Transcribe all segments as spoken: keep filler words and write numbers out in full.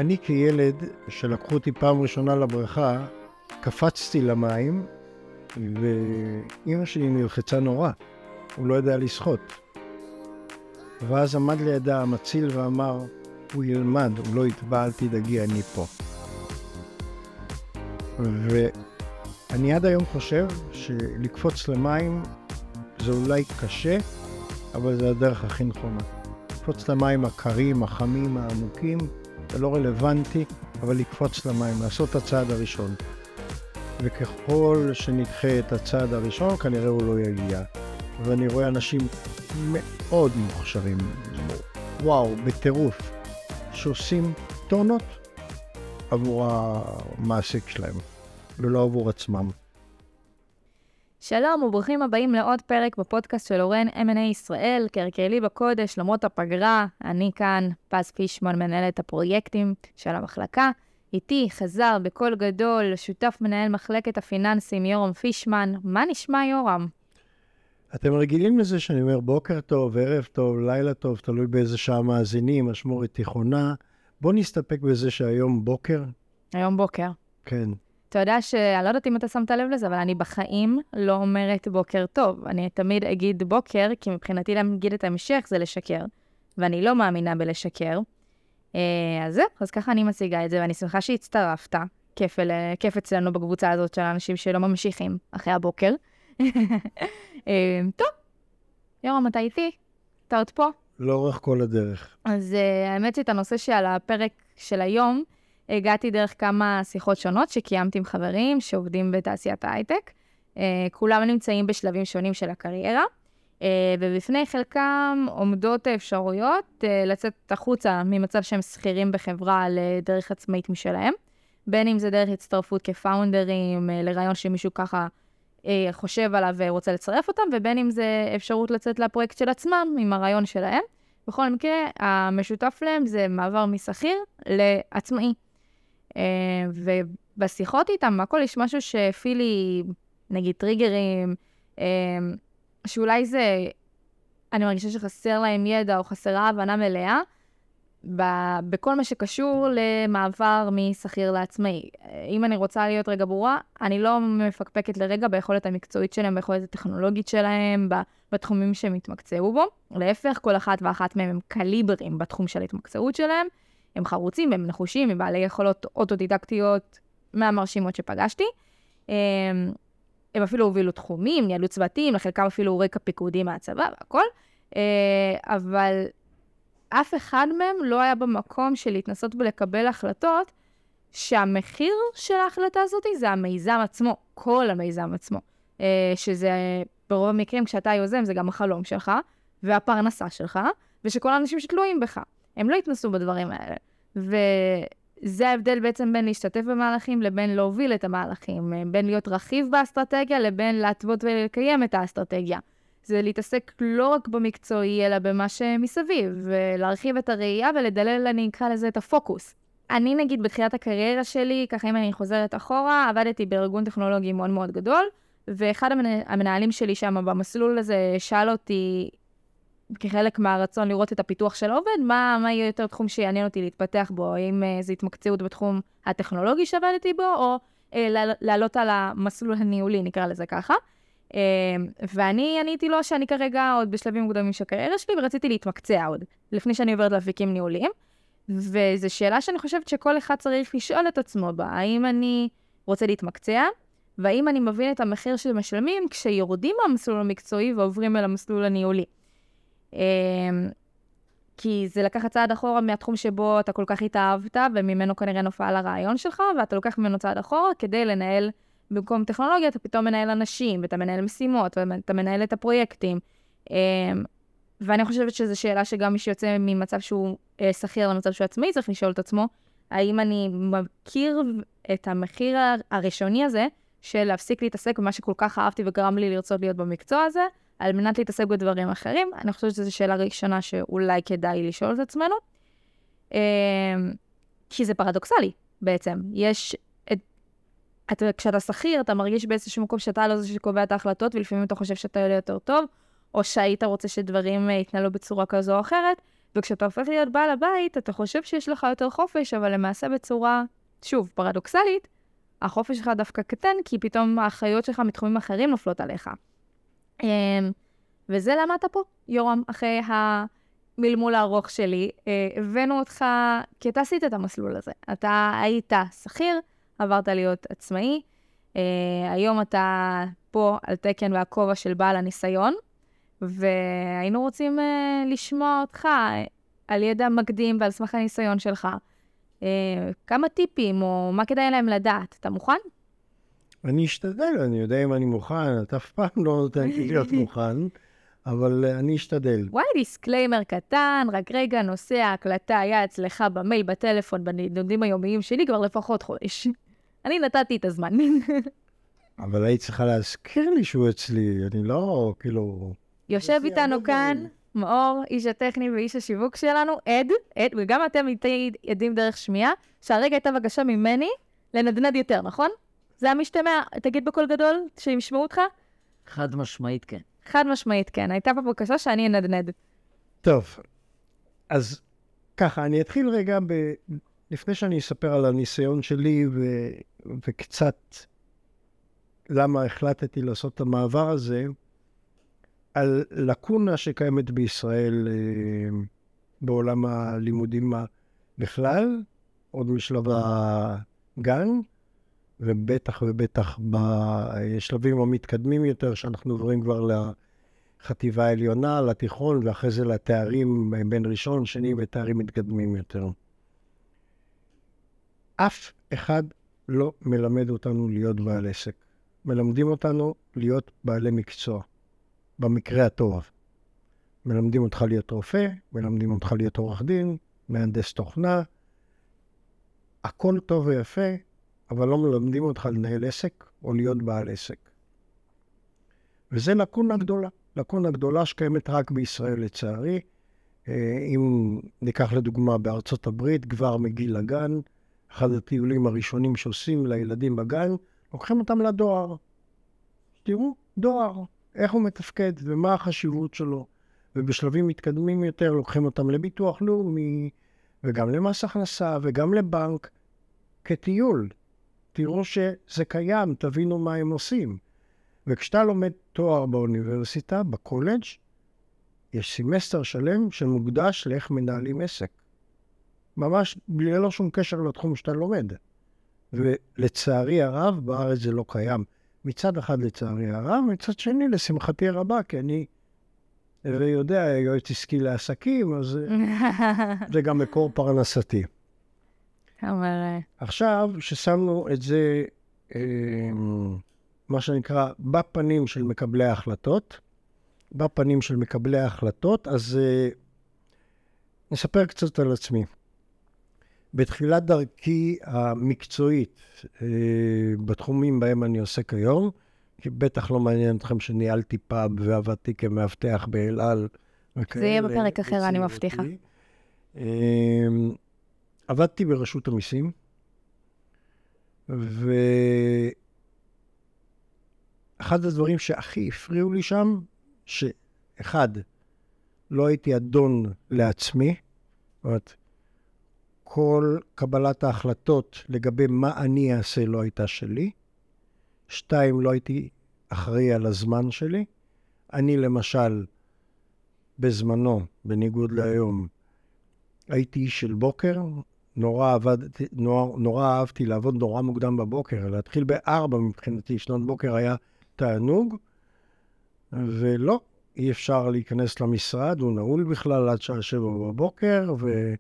אני כילד, שלקחו אותי פעם ראשונה לבריכה, קפצתי למים, ואמא שלי נלחצה נורא. הוא לא ידע לשחות. ואז עמד לידה המציל ואמר, הוא ילמד, הוא לא יטבע, אל תדאגי, אני פה. ואני עד היום חושב שלקפוץ למים זה אולי קשה, אבל זה הדרך הכי נכונה. לקפוץ למים הקרים, החמים, העמוקים, זה לא רלוונטי, אבל לקפוץ למים, לעשות את הצעד הראשון. וככל שנדחה את הצעד הראשון, כנראה הוא לא יגיע. ואני רואה אנשים מאוד מוכשרים, וואו, בטירוף, שעושים טונות עבור המעסיק שלהם, ולא עבור עצמם. שלום וברוכים הבאים לעוד פרק בפודקאסט של אורן אם אנד איי ישראל, כהרגלי בקודש, למרות הפגרה, אני כאן, פז פישמן, מנהלת הפרויקטים של המחלקה, איתי חזר בקול גדול, שותף מנהל מחלקת הפיננסים, יורם פישמן. מה נשמע יורם? אתם רגילים לזה שאני אומר בוקר טוב, ערב טוב, לילה טוב, תלוי באיזה שעה מאזינים, משמורת תיכונה. בוא נסתפק בזה שהיום בוקר. היום בוקר. כן. אתה יודע שאני לא יודעת אם אתה שמת לב לזה, אבל אני בחיים לא אומרת בוקר טוב. אני תמיד אגיד בוקר, כי מבחינתי להגיד את ההמשך זה לשקר. ואני לא מאמינה בלשקר. אז זהו, אז ככה אני מציגה את זה, ואני שמחה שהצטרפת. כיף, כיף אצלנו בקבוצה הזאת של האנשים שלא ממשיכים אחרי הבוקר. טוב, יורם, אתה איתי? אתה עוד פה? לאורך כל הדרך. אז האמת שאת הנושא שעל הפרק של היום, הגעתי דרך כמה שיחות שונות שקיימתי עם חברים שעובדים בתעשיית ההייטק. כולם נמצאים בשלבים שונים של הקריירה, ובפני חלקם עומדות האפשרויות לצאת החוצה ממצב שהם שכירים בחברה לדרך עצמאית משלהם, בין אם זה דרך הצטרפות כפאונדרים, לרעיון שמישהו ככה חושב עליו ורוצה לצרף אותם, ובין אם זה אפשרות לצאת לפרויקט של עצמם עם הרעיון שלהם. בכל מקרה, המשותף להם זה מעבר משכיר לעצמאי. ובשיחות איתם, הכל יש משהו שהפעיל לי, נגיד טריגרים, שאולי זה, אני מרגישה שחסר להם ידע או חסרה הבנה מלאה, בכל מה שקשור למעבר משכיר לעצמאי. אם אני רוצה להיות רגע ברורה, אני לא מפקפקת לרגע ביכולת המקצועית שלהם, ביכולת הטכנולוגית שלהם, בתחומים שהם התמקצעו בו. להפך, כל אחת ואחת מהם הם קליברים בתחום של ההתמקצעות שלהם. הם חרוצים, הם נחושים, הם בעלי יכולות אוטודידקטיות מהמרשימות שפגשתי. הם אפילו הובילו תחומים, ניהלו צוותים, לחלקם אפילו רקע פיקודי מהצבא והכל. אבל אף אחד מהם לא היה במקום של להתנסות ולקבל החלטות שהמחיר של ההחלטה הזאת זה המיזם עצמו, כל המיזם עצמו. שזה ברוב המקרים כשאתה יוזם זה גם החלום שלך והפרנסה שלך, ושכל האנשים שתלויים בך. הם לא התנסו בדברים האלה. וזה ההבדל בעצם בין להשתתף במהלכים לבין להוביל את המהלכים, בין להיות רכיב באסטרטגיה לבין להתוות ולקיים את האסטרטגיה. זה להתעסק לא רק במקצועי, אלא במה שמסביב, ולהרחיב את הראייה ולדלל, אני אקרא לזה, את הפוקוס. אני נגיד בתחילת הקריירה שלי, ככה אם אני חוזרת אחורה, עבדתי בארגון טכנולוגי מאוד מאוד גדול, ואחד המנהלים שלי שם במסלול הזה שאל אותי, כחלק מהרצון לראות את הפיתוח של העובד, מה, מה יהיה יותר תחום שיעניין אותי להתפתח בו, האם זה התמקצעות בתחום הטכנולוגי שעבדתי בו, או אה, לעלות על המסלול הניהולי, נקרא לזה ככה. ואני עניתי לו שאני כרגע עוד בשלבים מוקדמים של הקריירה שלי, ורציתי להתמקצע עוד, לפני שאני עוברת לאפיקים ניהוליים. וזו שאלה שאני חושבת שכל אחד צריך לשאול את עצמו בה, האם אני רוצה להתמקצע, והאם אני מבין את המחיר של משלמים כשיורדים מהמסלול המקצועי ועוברים אל המסלול הניהולי. כי זה לקחת צעד אחורה מהתחום שבו אתה כל כך התאהבת, וממנו כנראה נופל הרעיון שלך, ואתה לוקח ממנו צעד אחורה כדי לנהל במקום טכנולוגיה, אתה פתאום מנהל אנשים, ואתה מנהל משימות, ואתה מנהל את הפרויקטים. ואני חושבת שזו שאלה שגם מי שיוצא ממצב שהוא שכיר למצב שהוא עצמאי, צריך לשאול את עצמו, האם אני מכיר את המחיר הראשוני הזה, של להפסיק להתעסק במה שכל כך אהבתי וגרם לי לרצות להיות במקצוע הזה, על מנת להתעסק בדברים אחרים. אני חושבת שזו שאלה ראשונה שאולי כדאי לשאול את עצמנו. כי זה פרדוקסלי בעצם. יש אתה, כשאתה שכיר, אתה מרגיש באיזשהו מקום שאתה לא זה שקובע את ההחלטות, ולפעמים אתה חושב שאתה יודע יותר טוב, או שהיית רוצה שדברים יתנהלו בצורה כזו או אחרת, וכשאתה הופך להיות בעל הבית, אתה חושב שיש לך יותר חופש, אבל למעשה בצורה, שוב, פרדוקסלית, החופש שלך דווקא קטן, כי פתאום האחריות שלך מתחומים אחרים נופלות עליך. וזה למה אתה פה, יורם, אחרי המלמול הארוך שלי. הבאנו אותך, כי אתה עשית את המסלול הזה. אתה היית שכיר, עברת להיות עצמאי, היום אתה פה על תקן והכובע של בעל הניסיון, והיינו רוצים לשמוע אותך על ידע מקדים ועל סמך הניסיון שלך. כמה טיפים, או מה כדאי להם לדעת? אתה מוכן? אני אשתדל, אני יודע אם אני מוכן, אתה אף פעם לא נותן לי להיות מוכן, אבל אני אשתדל. וואי, דיסקליימר קטן, רק רגע, נושא ההקלטה היה אצלך במייל, בטלפון, בנדודים היומיים שלי כבר לפחות חודש. אני נתתי את הזמן. אבל היית צריכה להזכיר לי שהוא אצלי, אני לא, כאילו... יושב איתנו כאן, מאור, איש הטכני ואיש השיווק שלנו, עד, עד, וגם אתם איתי עדים דרך שמיעה, שהרגע הייתה בקשה ממני לנדנד יותר, נכון? זה המשתמע, תגיד בקול גדול, שישמעו אותך? חד משמעית כן. חד משמעית כן, הייתה פה בקשה שאני אנדנד. טוב, אז ככה, אני אתחיל רגע, ב... לפני שאני אספר על הניסיון שלי ו... וקצת למה החלטתי לעשות את המעבר הזה, על לקונה שקיימת בישראל אה, בעולם הלימודים בכלל, עוד משלב הגן, ובטח ובטח בשלבים המתקדמים יותר, שאנחנו עוברים כבר לחטיבה העליונה, לתיכון, ואחרי זה לתארים בין ראשון, שני ותארים מתקדמים יותר. אף אחד לא מלמד אותנו להיות בעל עסק. מלמדים אותנו להיות בעלי מקצוע. במקרה הטוב. מלמדים אותך להיות רופא, מלמדים אותך להיות עורך דין, מהנדס תוכנה. הכל טוב ויפה, אבל לא מלמדים אותך לנהל עסק או להיות בעל עסק. וזה לקונה גדולה. לקונה גדולה שקיימת רק בישראל לצערי. אם ניקח לדוגמה בארצות הברית, כבר מגיל הגן, אחד הטיולים הראשונים שעושים לילדים בגן, לוקחים אותם לדואר. תראו, דואר. איך הוא מתפקד ומה החשיבות שלו. ובשלבים מתקדמים יותר לוקחים אותם לביטוח לאומי, וגם למס הכנסה, וגם לבנק, כטיול. תראו שזה קיים, תבינו מה הם עושים. וכשאתה לומד תואר באוניברסיטה, בקולג', יש סמסטר שלם שמוקדש לאיך מנהלים עסק. ממש ללא שום קשר לתחום שאתה לומד. ולצערי הרב, בארץ זה לא קיים. מצד אחד לצערי הרב, מצד שני לשמחתי הרבה, כי אני ויודע, יועץ עסקי לעסקים, אז זה גם מקור פרנסתי. אומר... עכשיו, ששמנו את זה, מה שנקרא, בפנים של מקבלי ההחלטות, בפנים של מקבלי ההחלטות, אז נספר קצת על עצמי. בתחילת דרכי המקצועית, בתחומים בהם אני עוסק היום, כי בטח לא מעניין אתכם שניהלתי פאב ועבדתי כמאבטח באל על. זה יהיה בפרק אחר, אני מבטיחה. עבדתי ברשות המיסים, ואחד הדברים שהכי הפריעו לי שם, שאחד, לא הייתי אדון לעצמי, זאת אומרת, כל קבלת ההחלטות לגבי מה אני אעשה לא הייתה שלי. שתיים, לא הייתי אחראי על הזמן שלי. אני למשל, בזמנו, בניגוד להיום, הייתי איש של בוקר, נורא, עבדתי, נורא, נורא אהבתי לעבוד נורא מוקדם בבוקר, להתחיל בארבע מבחינתי, שנות בוקר היה תענוג, ולא, אי אפשר להיכנס למשרד, הוא נעול בכלל עד שעה שבע בבוקר, ו...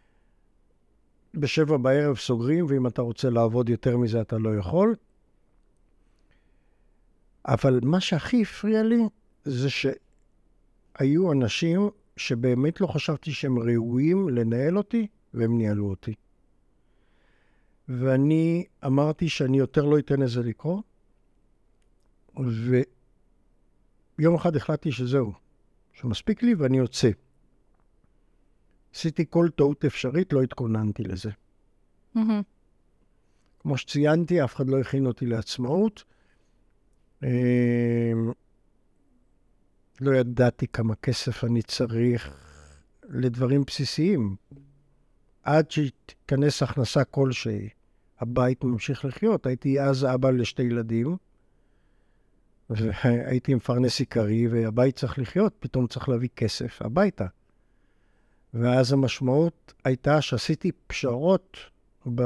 בשבע בערב סוגרים, ואם אתה רוצה לעבוד יותר מזה, אתה לא יכול. אבל מה שהכי הפריע לי, זה שהיו אנשים שבאמת לא חשבתי שהם ראויים לנהל אותי, והם ניהלו אותי. ואני אמרתי שאני יותר לא אתן לזה לקרוא, ויום אחד החלטתי שזהו, שמספיק לי ואני יוצא. עשיתי כל טעות אפשרית, לא התכוננתי לזה. Mm-hmm. כמו שציינתי, אף אחד לא הכין אותי לעצמאות. לא ידעתי כמה כסף אני צריך לדברים בסיסיים. עד שתיכנס הכנסה כלשהי, הבית ממשיך לחיות. הייתי אז אבא לשתי ילדים, והייתי מפרנס עיקרי, והבית צריך לחיות, פתאום צריך להביא כסף הביתה. ואז המשמעות הייתה שעשיתי פשרות ב...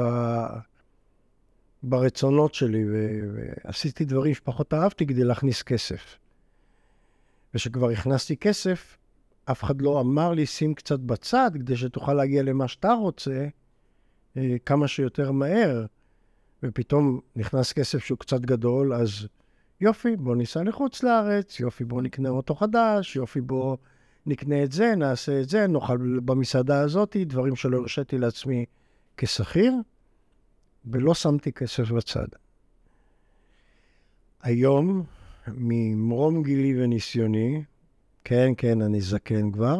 ברצונות שלי, ו... ועשיתי דברים שפחות אהבתי כדי להכניס כסף. ושכבר הכנסתי כסף, אף אחד לא אמר לי, שים קצת בצד, כדי שתוכל להגיע למה שאתה רוצה, כמה שיותר מהר. ופתאום נכנס כסף שהוא קצת גדול, אז יופי, בוא ניסע לחוץ לארץ, יופי, בוא נקנה אוטו חדש, יופי, בוא נקנה את זה, נעשה את זה, נאכל במסעדה הזאת, דברים שלא הרשיתי לעצמי כשכיר, ולא שמתי כסף בצד. היום, ממרום גילי וניסיוני, כן, כן, אני זקן כבר,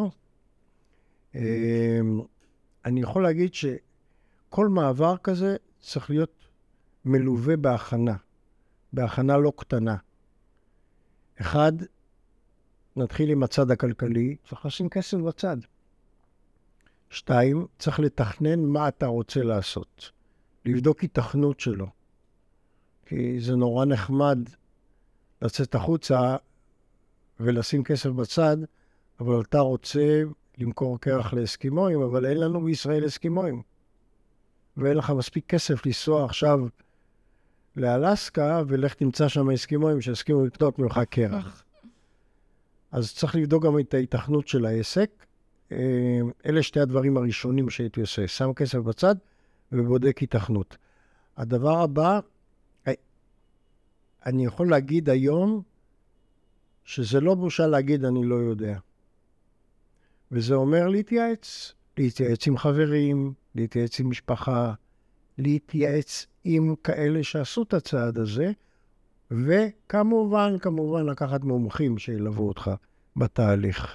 אני יכול להגיד שכל מעבר כזה צריך להיות מלווה בהכנה, בהכנה לא קטנה. אחד, נתחיל עם הצד הכלכלי, צריך לשים כסף בצד. שתיים, צריך לתכנן מה אתה רוצה לעשות. לבדוק התכנות שלו. כי זה נורא נחמד לצאת החוצה ולשים כסף בצד, אבל אתה רוצה למכור קרח לאסקימואים, אבל אין לנו בישראל אסקימואים. ואין לך מספיק כסף לנסוע עכשיו לאלסקה, ולך תמצא שם אסקימואים שהסכימו לקנות ממך קרח. אז צריך לבדוק גם את ההתכנות של העסק. אלה שתי הדברים הראשונים שהייתי עושה. שם כסף בצד ובודק התכנות. הדבר הבא, אני יכול להגיד היום, שזה לא בושה להגיד אני לא יודע. וזה אומר להתייעץ. להתייעץ עם חברים, להתייעץ עם משפחה, להתייעץ עם כאלה שעשו את הצעד הזה, וכמובן, כמובן לקחת מומחים שילוו אותך בתהליך.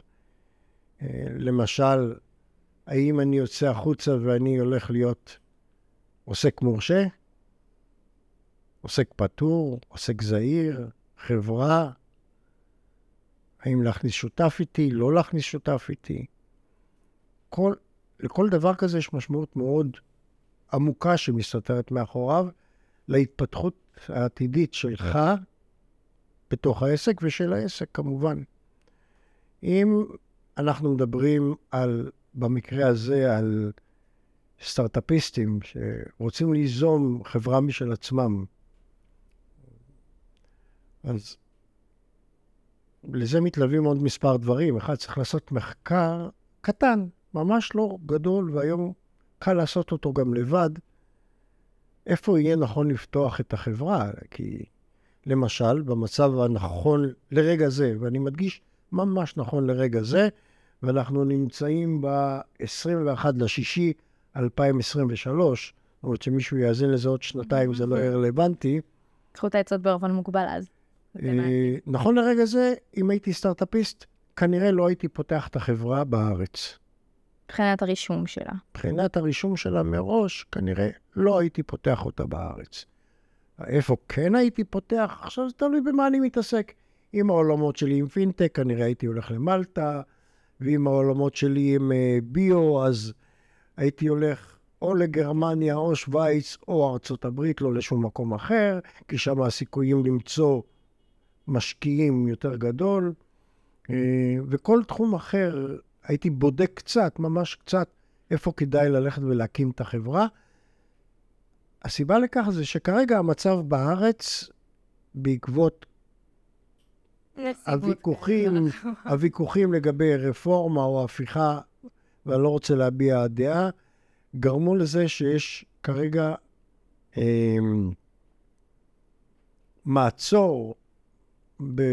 למשל, האם אני יוצא החוצה ואני הולך להיות עוסק מורשה, עוסק פטור, עוסק זעיר, חברה, האם להכניס שותף איתי, לא להכניס שותף איתי. כל, לכל דבר כזה יש משמעות מאוד עמוקה שמסתתרת מאחוריו, להתפתחות העתידית שלך בתוך העסק ושל העסק כמובן. אם אנחנו מדברים על, במקרה הזה, על סטארט-אפיסטים שרוצים ליזום חברה משל עצמם, אז לזה מתלווים עוד מספר דברים. אחד, צריך לעשות מחקר קטן, ממש לא גדול, והיום קל לעשות אותו גם לבד. איפה יהיה נכון לפתוח את החברה? כי למשל, במצב הנכון לרגע זה, ואני מדגיש ממש נכון לרגע זה, ואנחנו נמצאים ב-עשרים ואחד לשישי אלפיים עשרים ושלוש, זאת אומרת שמישהו יאזין לזה עוד שנתיים, זה לא יהיה רלוונטי. קחו את העצות באופן מוגבל אז. נכון לרגע זה, אם הייתי סטארט-אפיסט, כנראה לא הייתי פותח את החברה בארץ. מבחינת הרישום שלה. מבחינת הרישום שלה מראש, כנראה לא הייתי פותח אותה בארץ. איפה כן הייתי פותח? עכשיו זה תלוי במה אני מתעסק. עם העולמות שלי עם פינטק, כנראה הייתי הולך למלטה, ועם העולמות שלי עם ביו, אז הייתי הולך או לגרמניה, או שוויץ, או ארצות הברית, לא לשום מקום אחר, כי שם הסיכויים למצוא משקיעים יותר גדול, וכל תחום אחר הייתי בודק קצת, ממש קצת, איפה כדאי ללכת ולהקים את החברה. הסיבה לכך זה שכרגע המצב בארץ, בעקבות הוויכוחים, הוויכוחים לגבי רפורמה או הפיכה, ואני לא רוצה להביע דעה, גרמו לזה שיש כרגע אה, מעצור ב,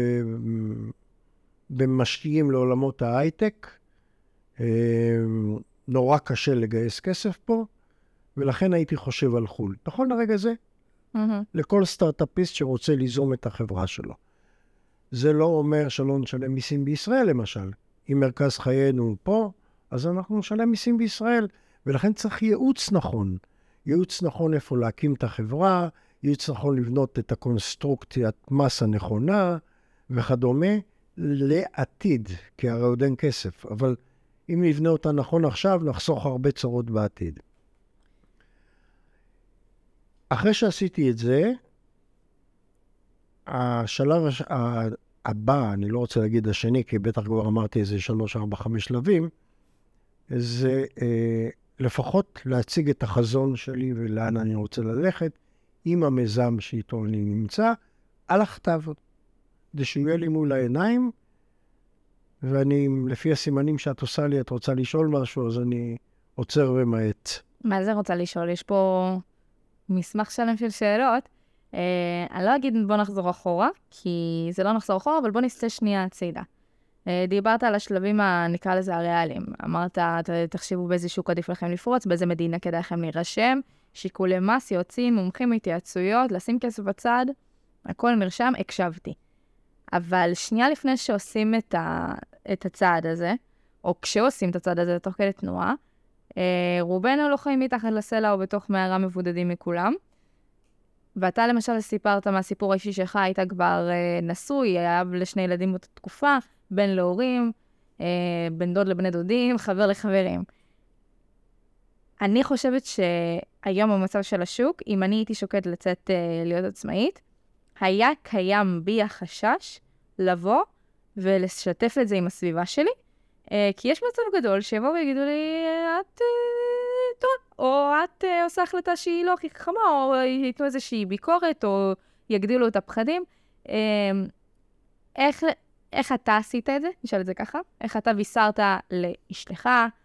במשקיעים לעולמות ההייטק. אה, נורא קשה לגייס כסף פה, ולכן הייתי חושב על חול. נכון לרגע זה? Mm-hmm. לכל סטארט-אפיסט שרוצה ליזום את החברה שלו. זה לא אומר שלא נשלם מיסים בישראל, למשל. אם מרכז חיינו פה, אז אנחנו נשלם מיסים בישראל. ולכן צריך ייעוץ נכון. ייעוץ נכון איפה להקים את החברה, ייעוץ נכון לבנות את הקונסטרוקציית מס הנכונה, וכדומה, לעתיד, כי הרי עוד אין כסף. אבל אם נבנה אותה נכון עכשיו, נחסוך הרבה צרות בעתיד. אחרי שעשיתי את זה, השלב הש... הבא, אני לא רוצה להגיד השני, כי בטח כבר אמרתי איזה שלוש, ארבע, חמש שלבים, זה אה, לפחות להציג את החזון שלי ולאן אני רוצה ללכת, עם המיזם שאיתו אני נמצא, על הכתב. זה שיהיה לי מול העיניים, ואני, לפי הסימנים שאת עושה לי, את רוצה לשאול משהו, אז אני עוצר ומעט. מה זה רוצה לשאול? יש פה מסמך שלם של שאלות. אה, אני לא אגיד בוא נחזור אחורה, כי זה לא נחזור אחורה, אבל בוא נסתה שנייה הצידה. אה, דיברת על השלבים, נקרא לזה הריאליים. אמרת, תחשבו באיזה שוק עדיף לכם לפרוץ, באיזה מדינה כדאי לכם להירשם, שיקולי מס, יוצאים, מומחים, התייעצויות, לשים כסף בצד, הכל נרשם, הקשבתי. אבל שנייה לפני שעושים את, ה, את הצעד הזה, או כשעושים את הצעד הזה תוך כדי תנועה, אה, רובנו לא חיים מתחת לסלע או בתוך מערה מבודדים מכולם. ואתה למשל סיפרת מהסיפור האישי שלך, היית כבר אה, נשוי, היה לשני ילדים באותה תקופה, בן להורים, אה, בן דוד לבני דודים, חבר לחברים. אני חושבת שהיום במצב של השוק, אם אני הייתי שוקד לצאת אה, להיות עצמאית, היה קיים בי החשש לבוא ולשתף את זה עם הסביבה שלי, אה, כי יש מצב גדול שיבואו ויגידו לי, את אה, טוב, או את אה, עושה החלטה שהיא לא הכי חכמה, או ייתנו איזושהי ביקורת, או יגדילו את הפחדים. אה, איך, איך אתה עשית את זה? נשאל את זה ככה. איך אתה ויסרת לאשתך,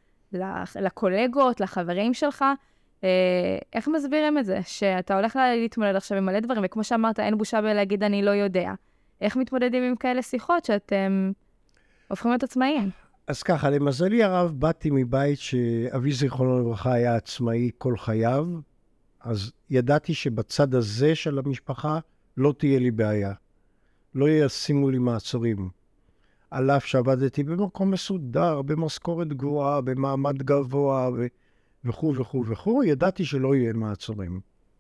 לקולגות, לחברים שלך, איך מסבירים את זה? שאתה הולך להתמודד עכשיו עם מלא דברים, וכמו שאמרת, אין בושה בלהגיד אני לא יודע. איך מתמודדים עם כאלה שיחות שאתם הופכים להיות עצמאיים? אז ככה, למזלי הרב, באתי מבית שאבי זיכרונו לברכה היה עצמאי כל חייו, אז ידעתי שבצד הזה של המשפחה לא תהיה לי בעיה. לא ישימו לי מעצורים. על אף שעבדתי במקום מסודר, במשכורת גבוהה, במעמד גבוה ו... וכו' וכו' וכו', ידעתי שלא יהיה מעצורים.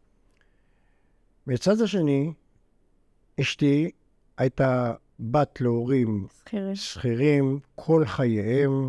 מצד השני, אשתי הייתה בת להורים שכירים. שכירים כל חייהם,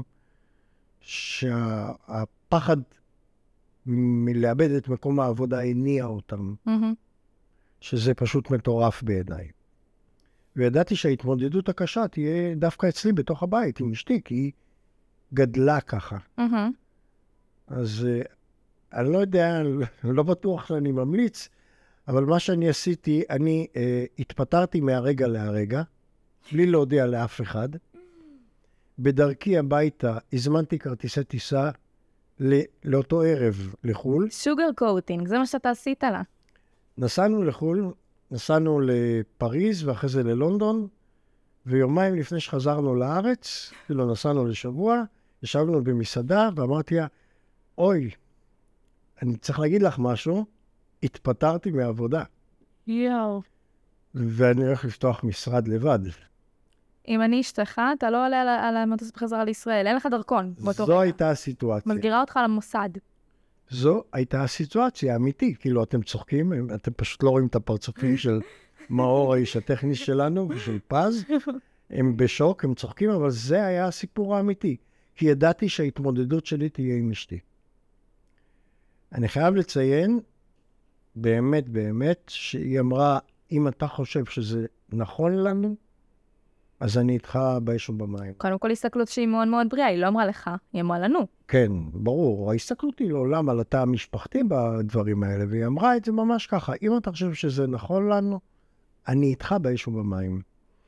שהפחד מלאבד את מקום העבודה הניע אותם, Mm-hmm. שזה פשוט מטורף בעיניי. וידעתי שההתמודדות הקשה תהיה דווקא אצלי בתוך הבית עם אשתי, כי היא גדלה ככה. Mm-hmm. אז אני לא יודע, לא בטוח שאני ממליץ, אבל מה שאני עשיתי, אני uh, התפטרתי מהרגע להרגע, בלי להודיע לאף אחד. בדרכי הביתה הזמנתי כרטיסי טיסה לא, לאותו ערב לחול. שוגר קוטינג, זה מה שאתה עשית לה. נסענו לחול, נסענו לפריז ואחרי זה ללונדון, ויומיים לפני שחזרנו לארץ, כאילו נסענו לשבוע, ישבנו במסעדה ואמרתי לה, אוי, אני צריך להגיד לך משהו, התפטרתי מעבודה. יואו. ואני הולך לפתוח משרד לבד. אם אני אשתך, אתה לא עולה על, על המטוס בחזרה לישראל, אין לך דרכון. זו רגע. הייתה הסיטואציה. מסגירה אותך למוסד. זו הייתה הסיטואציה האמיתית. כאילו, אתם צוחקים, אתם פשוט לא רואים את הפרצופים של מאור האיש הטכני שלנו ושל פז. הם בשוק, הם צוחקים, אבל זה היה הסיפור האמיתי. כי ידעתי שההתמודדות שלי תהיה עם אשתי. אני חייב לציין, באמת, באמת, שהיא אמרה, אם אתה חושב שזה נכון לנו, אז אני איתך באש ובמים. קודם כל הסתכלות שהיא מאוד מאוד בריאה, היא לא אמרה לך, היא אמרה לנו. כן, ברור. ההסתכלות היא לעולם על התא המשפחתי בדברים האלה, והיא אמרה את זה ממש ככה, אם אתה חושב שזה נכון לנו, אני איתך באש ובמים.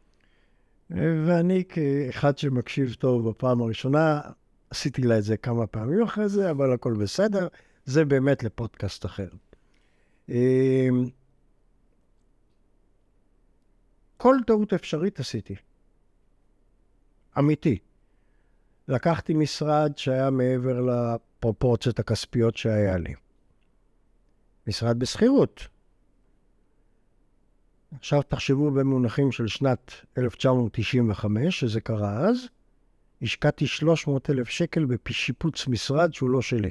ואני כאחד שמקשיב טוב בפעם הראשונה, עשיתי לה את זה כמה פעמים אחרי זה, אבל הכל בסדר. זה באמת לפודקאסט אחר. כל טעות אפשרית עשיתי. אמיתי. לקחתי משרד שהיה מעבר לפרופורציות הכספיות שהיה לי. משרד בסחירות. עכשיו תחשבו במונחים של שנת אלף תשע מאות תשעים וחמש, שזה קרה אז, השקעתי שלוש מאות אלף שקל בשיפוץ משרד שהוא לא שלי.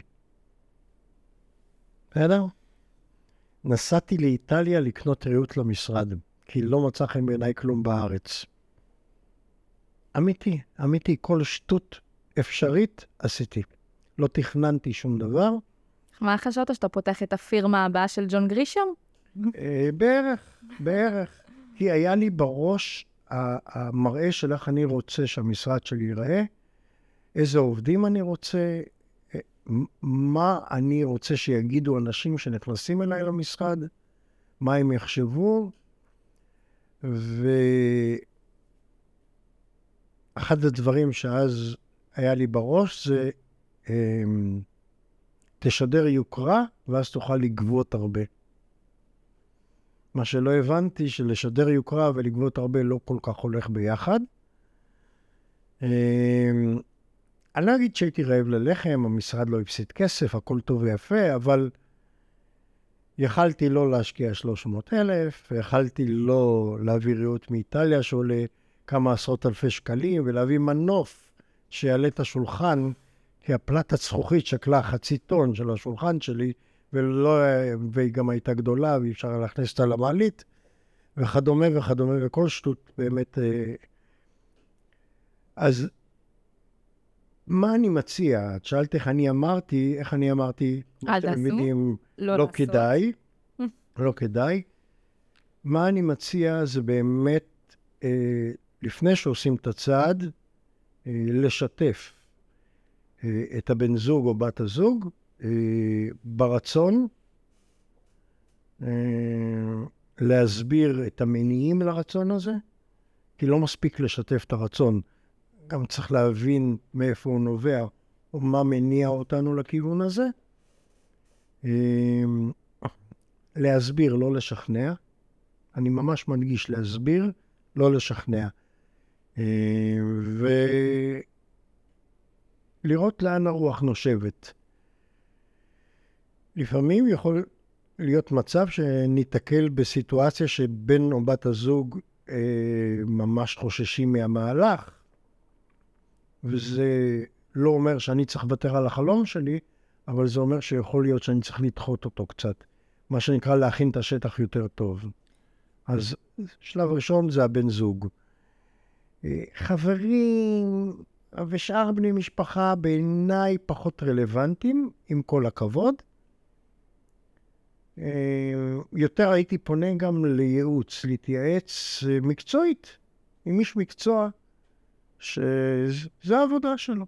בסדר? נסעתי לאיטליה לקנות ריהוט למשרד, כי לא מצא חן בעיניי כלום בארץ. אמיתי, אמיתי, כל שטות אפשרית, עשיתי. לא תכננתי שום דבר. מה חשבת שאתה פותח את הפירמה הבאה של ג'ון גרישם? אה, בערך, בערך. כי היה לי בראש המראה של איך אני רוצה שהמשרד שלי ייראה, איזה עובדים אני רוצה, מה אני רוצה שיגידו אנשים שנכנסים אליי למשרד, מה הם יחשבו, ואחד הדברים שאז היה לי בראש זה תשדר יוקרה, ואז תוכל לגבות הרבה. מה שלא הבנתי, שלשדר יוקרה ולגבות הרבה לא כל כך הולך ביחד. אני לא אגיד שהייתי רעב ללחם, המשרד לא הפסיד כסף, הכל טוב ויפה, אבל יכלתי לא להשקיע שלוש מאות אלף, יכלתי לא להביא ריהוט מאיטליה שעולה כמה עשרות אלפי שקלים, ולהביא מנוף שיעלה את השולחן, כי הפלטת זכוכית שקלה חצי טון של השולחן שלי, ולא, והיא גם הייתה גדולה, ואי אפשר להכניס אותה למעלית, וכדומה וכדומה, וכל שטות באמת. אז מה אני מציע? את שאלת איך אני אמרתי, איך אני אמרתי, אל תעשו, לא, לא כדאי, לא כדאי. מה אני מציע זה באמת, אה, לפני שעושים את הצעד, אה, לשתף אה, את הבן זוג או בת הזוג, אה, ברצון, אה, להסביר את המניעים לרצון הזה, כי לא מספיק לשתף את הרצון. גם צריך להבין מאיפה הוא נובע, או מה מניע אותנו לכיוון הזה. להסביר, לא לשכנע. אני ממש מדגיש להסביר, לא לשכנע. ולראות לאן הרוח נושבת. לפעמים יכול להיות מצב שניתקל בסיטואציה שבן או בת הזוג ממש חוששים מהמהלך, וזה לא אומר שאני צריך לוותר על החלום שלי, אבל זה אומר שיכול להיות שאני צריך לדחות אותו קצת. מה שנקרא להכין את השטח יותר טוב. אז שלב ראשון זה הבן זוג. חברים ושאר בני משפחה בעיניי פחות רלוונטיים, עם כל הכבוד. יותר הייתי פונה גם לייעוץ, להתייעץ מקצועית, עם איש מקצוע, שזה העבודה שלו.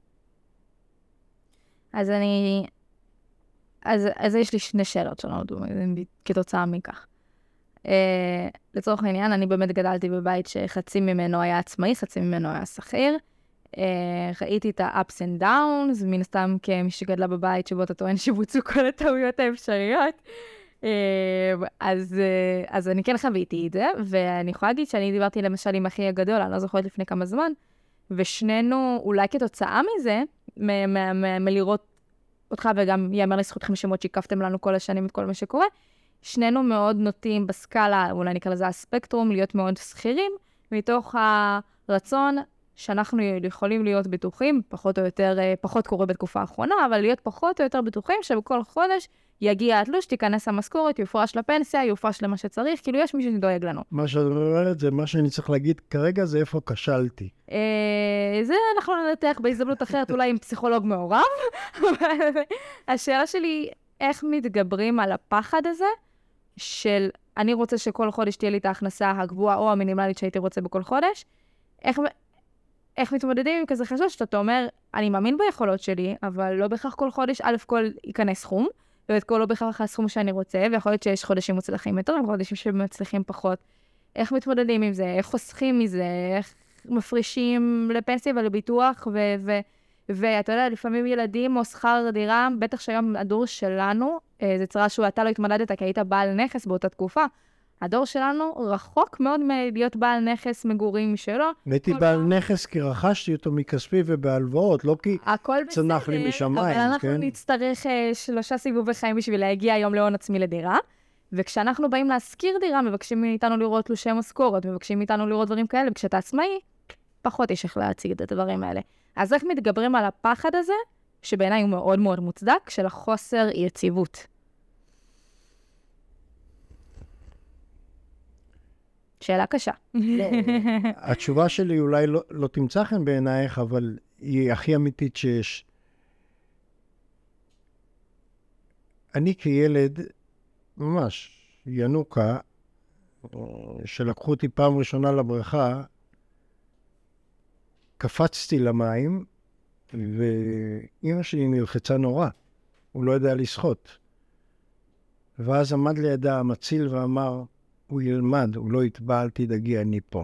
אז אני... אז, אז יש לי שני שאלות שונות, כתוצאה מכך. Uh, לצורך העניין, אני באמת גדלתי בבית שחצי ממנו היה עצמאי, חצי ממנו היה שכיר. Uh, ראיתי את ה-ups and downs, מן הסתם כמי שגדלה בבית שבו אתה טוען שבוצעו כל הטעויות האפשריות. Uh, אז, uh, אז אני כן חוויתי את זה, ואני יכולה להגיד שאני דיברתי למשל עם אחי הגדול, אני לא זוכרת לפני כמה זמן, ושנינו, אולי כתוצאה מזה, מלראות אותך, וגם יאמר לזכותכם שמות שיקפתם לנו כל השנים את כל מה שקורה, שנינו מאוד נוטים בסקאלה, אולי נקרא לזה הספקטרום, להיות מאוד שכירים, מתוך הרצון שאנחנו יכולים להיות בטוחים, פחות או יותר, פחות קורה בתקופה האחרונה, אבל להיות פחות או יותר בטוחים שבכל חודש יגיע התלוש, תיכנס המשכורת, יופרש לפנסיה, יופרש למה שצריך, כאילו יש מישהו שדואג לנו. מה שאת אומרת זה מה שאני צריך להגיד כרגע זה איפה כשלתי. זה אנחנו ננתח בהזדמנות אחרת, אולי עם פסיכולוג מעורב. השאלה שלי, איך מתגברים על הפחד הזה, של אני רוצה שכל חודש תהיה לי את ההכנסה הגבוהה או המינימלית שהייתי רוצה בכל חודש, איך, איך מתמודדים עם כזה חשש שאתה אומר, אני מאמין ביכולות שלי, אבל לא בהכרח כל חודש, א' כל ייכנס סכום, ואת כל לא בהכרח הסכום שאני רוצה, ויכול להיות שיש חודשים מוצלחים יותר, וחודשים שמצליחים פחות. איך מתמודדים עם זה? איך חוסכים מזה? איך מפרישים לפנסיה ולביטוח? ו- ו- ואתה יודע, לפעמים ילדים או שכר דירה, בטח שהיום הדור שלנו, זה צרה שהוא אתה לא התמודדת, כי היית בעל נכס באותה תקופה. הדור שלנו רחוק מאוד מלהיות בעל נכס מגורים משלו. הייתי בעל פעם... נכס כי רכשתי אותו מכספי ובהלוואות, לא כי צנח לי משמיים. אבל אנחנו כן? נצטרך uh, שלושה סיבובי חיים בשביל להגיע היום להון עצמי לדירה, וכשאנחנו באים להשכיר דירה, מבקשים מאיתנו לראות תלושי משכורת, מבקשים מאיתנו לראות דברים כאלה, וכשאתה עצמאי, פחות יש איך להציג את הדברים האלה. אז איך מתגברים על הפחד הזה, שבעיניי הוא מאוד מאוד מוצדק, של החוסר יציבות? שאלה קשה. לא, התשובה שלי אולי לא, לא תמצא חן בעינייך, אבל היא הכי אמיתית שיש. אני כילד, ממש, ינוקה, שלקחו אותי פעם ראשונה לבריכה, קפצתי למים, ואמא שלי נלחצה נורא. הוא לא יודע לשחות. ואז עמד לידה המציל ואמר, הוא ילמד, הוא לא יטבע, אל תדאגי, אני פה.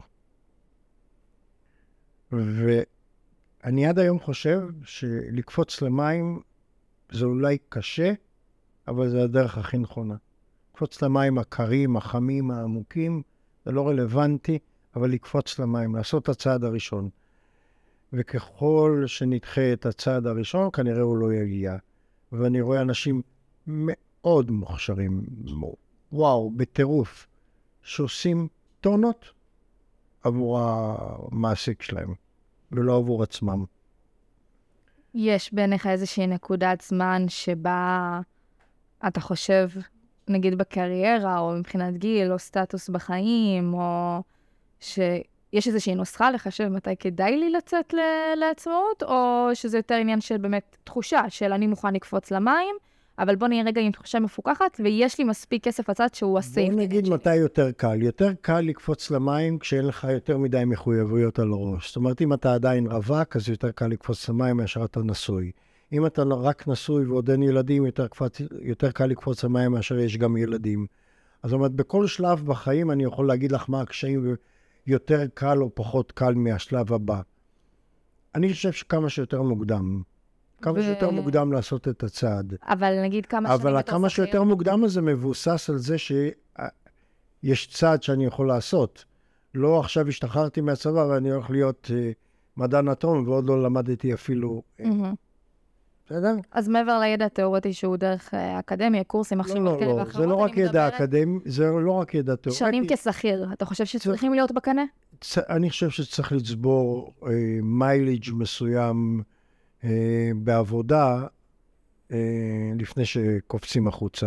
ואני עד היום חושב שלקפוץ למים זה אולי קשה, אבל זה הדרך הכי נכונה. לקפוץ למים הקרים, החמים, העמוקים, זה לא רלוונטי, אבל לקפוץ למים, לעשות את הצעד הראשון. וככל שנדחה את הצעד הראשון, כנראה הוא לא יגיע. ואני רואה אנשים מאוד מוכשרים, וואו, בטירוף, שעושים טונות עבור המעסיק שלהם, ולא עבור עצמם. יש בעיניך איזושהי נקודת זמן שבה אתה חושב, נגיד בקריירה, או מבחינת גיל, או סטטוס בחיים, או שיש איזושהי נוסחה לחשב מתי כדאי לי לצאת ל- לעצמאות, או שזה יותר עניין של באמת תחושה של אני מוכן לקפוץ למים, אבל בוא נהיה רגע עם תחושה מפוקחת, ויש לי מספיק כסף בצד שהוא הסייף. בוא נגיד מתי יותר קל. יותר קל לקפוץ למים כשאין לך יותר מדי מחויבויות על הראש. זאת אומרת, אם אתה עדיין רווק, אז יותר קל לקפוץ למים מאשר אתה נשוי. אם אתה רק נשוי ועוד אין ילדים, יותר, קפץ, יותר קל לקפוץ למים מאשר יש גם ילדים. אז זאת אומרת, בכל שלב בחיים אני יכול להגיד לך מה הקשיים יותר קל או פחות קל מהשלב הבא. אני חושב שכמה שיותר מוקדם. כמה ו... שיותר מוקדם לעשות את הצעד. אבל נגיד כמה שנים אבל כמה שיותר מוקדם הזה מבוסס על זה שיש צעד שאני יכול לעשות. לא עכשיו השתחררתי מהצבא ואני הולך להיות uh, מדען אטום ועוד לא למדתי אפילו. Mm-hmm. בסדר? אז מעבר לידע התיאורטי שהוא דרך אקדמיה, קורסים, מחשיבות לא, כאלה לא, ואחרות, זה לא רק ידע אקדמי, זה לא רק ידע תיאורטי. שנים כשכיר, אתה חושב שצריכים להיות בקנה? אני חושב שצריך לצבור מיילג' מסוים בעבודה לפני שקופצים החוצה.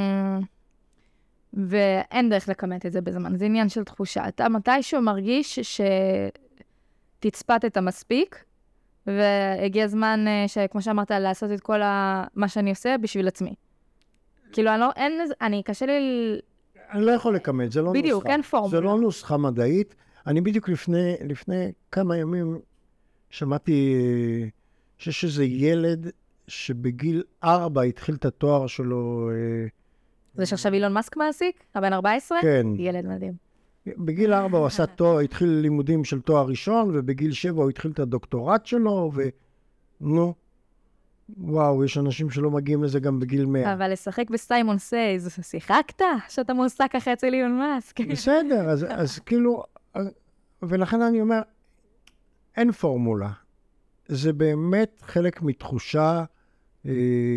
ואין דרך לכמת את זה בזמן, זה עניין של תחושה. אתה מתישהו מרגיש שתצפת את המספיק, והגיע הזמן שכמו שאמרת, לעשות את כל מה שאני עושה בשביל עצמי. כאילו, אני לא, אין, אני קשה לי... אני לא יכול לכמת, זה לא נוסחה. בדיוק, אין פורמולה. זה לא נוסחה מדעית. אני בדיוק לפני, לפני כמה ימים שמעתי שיש איזה ילד שבגיל ארבע התחיל את התואר שלו. זה שעכשיו אילון מאסק מעסיק? הבן ארבע עשרה? כן. ילד מדהים. בגיל ארבע הוא עשה תואר, התחיל לימודים של תואר ראשון, ובגיל שבע הוא התחיל את הדוקטורט שלו, ונו, וואו, יש אנשים שלא מגיעים לזה גם בגיל מאה. אבל לשחק בסיימון סייז, שיחקת? שאתה מועסק ככה אצל אילון מאסק. בסדר, אז, אז כאילו, ולכן אני אומר, אין פורמולה. זה באמת חלק מתחושה אה,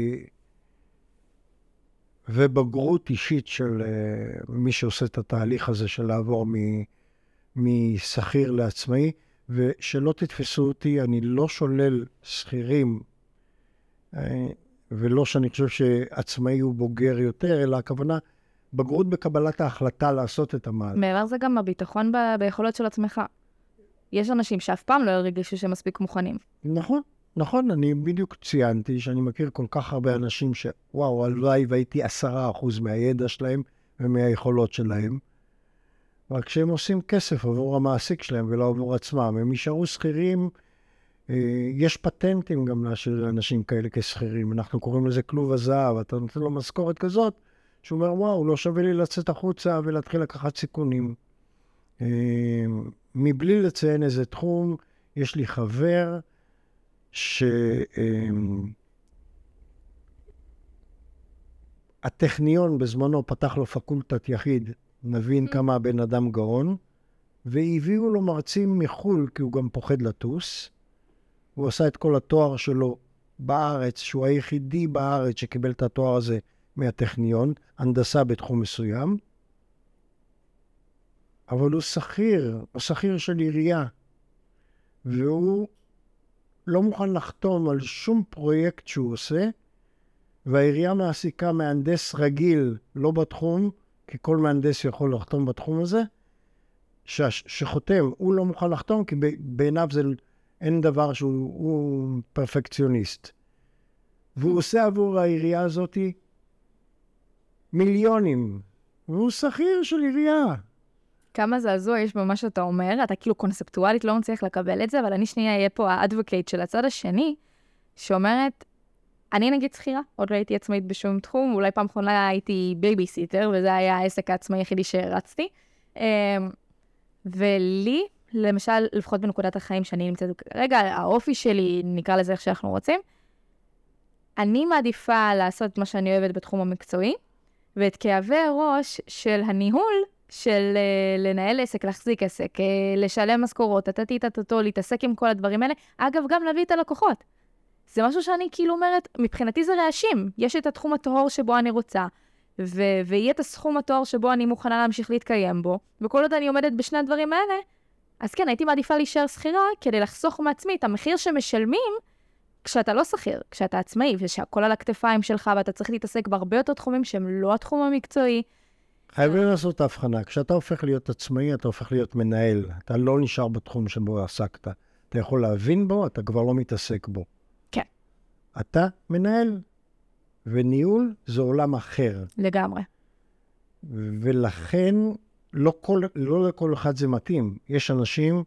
ובגרות אישית של אה, מי שעושה את התהליך הזה של לעבור מ, משכיר לעצמאי, ושלא תתפסו אותי, אני לא שולל שכירים, אה, ולא שאני חושב שעצמאי הוא בוגר יותר, אלא הכוונה בגרות בקבלת ההחלטה לעשות את המעל. מעבר זה גם הביטחון ב- ביכולות של עצמך. יש אנשים שאף פעם לא הרגישו שמספיק מוכנים. נכון, נכון. אני בדיוק ציינתי שאני מכיר כל כך הרבה אנשים שוואו, הלוואי והייתי עשרה אחוז מהידע שלהם ומהיכולות שלהם. רק כשהם עושים כסף עבור המעסיק שלהם ולא עבור עצמם, הם יישארו שכירים. יש פטנטים גם להשאיר אנשים כאלה כשכירים. אנחנו קוראים לזה כלוב הזהב. אתה נותן לו משכורת כזאת, שהוא אומר, וואו, לא שווה לי לצאת החוצה ולהתחיל לקחת סיכונים. מבלי לציין איזה תחום, יש לי חבר שהטכניון בזמנו פתח לו פקולטת יחיד, נבין כמה הבן אדם גאון, והביאו לו מרצים מחול, כי הוא גם פוחד לטוס. הוא עשה את כל התואר שלו בארץ, שהוא היחידי בארץ שקיבל את התואר הזה מהטכניון, הנדסה בתחום מסוים. אבל הוא שכיר, הוא שכיר של עירייה, והוא לא מוכן לחתום על שום פרויקט שהוא עושה, והעירייה מעסיקה מהנדס רגיל, לא בתחום, כי כל מהנדס יכול לחתום בתחום הזה, ש- שחותם, הוא לא מוכן לחתום, כי בעיניו זה אין דבר שהוא הוא פרפקציוניסט. והוא עושה עבור העירייה הזאת מיליונים. והוא שכיר של עירייה. כמה זעזוע יש במה שאתה אומר, אתה כאילו קונספטואלית לא מצליח לקבל את זה, אבל אני שנייה אהיה פה האדווקייט של הצד השני, שאומרת, אני נגיד שכירה, עוד לא הייתי עצמאית בשום תחום, אולי פעם אחרונה הייתי בייביסיטר, וזה היה העסק העצמאי היחידי שהרצתי. ולי, למשל, לפחות בנקודת החיים שאני נמצאת כרגע, האופי שלי, נקרא לזה איך שאנחנו רוצים, אני מעדיפה לעשות את מה שאני אוהבת בתחום המקצועי, ואת כאבי הראש של הניהול, של uh, לנהל עסק, להחזיק עסק, uh, לשלם משכורות, תתתי תתתו, להתעסק עם כל הדברים האלה, אגב, גם להביא את הלקוחות. זה משהו שאני כאילו אומרת, מבחינתי זה רעשים. יש את התחום הטהור שבו אני רוצה, ו- ויהיה את הסכום הטהור שבו אני מוכנה להמשיך להתקיים בו, וכל עוד אני עומדת בשני הדברים האלה, אז כן, הייתי מעדיפה להישאר שכירה, כדי לחסוך מעצמי את המחיר שמשלמים, כשאתה לא שכיר, כשאתה עצמאי, ושהכל על הכתפיים שלך, ואתה צריך להתעסק בהרבה יותר תחומים שהם לא התחום המקצועי. חייבים לעשות את ההבחנה. כשאתה הופך להיות עצמאי, אתה הופך להיות מנהל. אתה לא נשאר בתחום שבו עסקת. אתה יכול להבין בו, אתה כבר לא מתעסק בו. כן. אתה מנהל, וניהול זה עולם אחר. לגמרי. ולכן, לא, כל, לא לכל אחד זה מתאים. יש אנשים,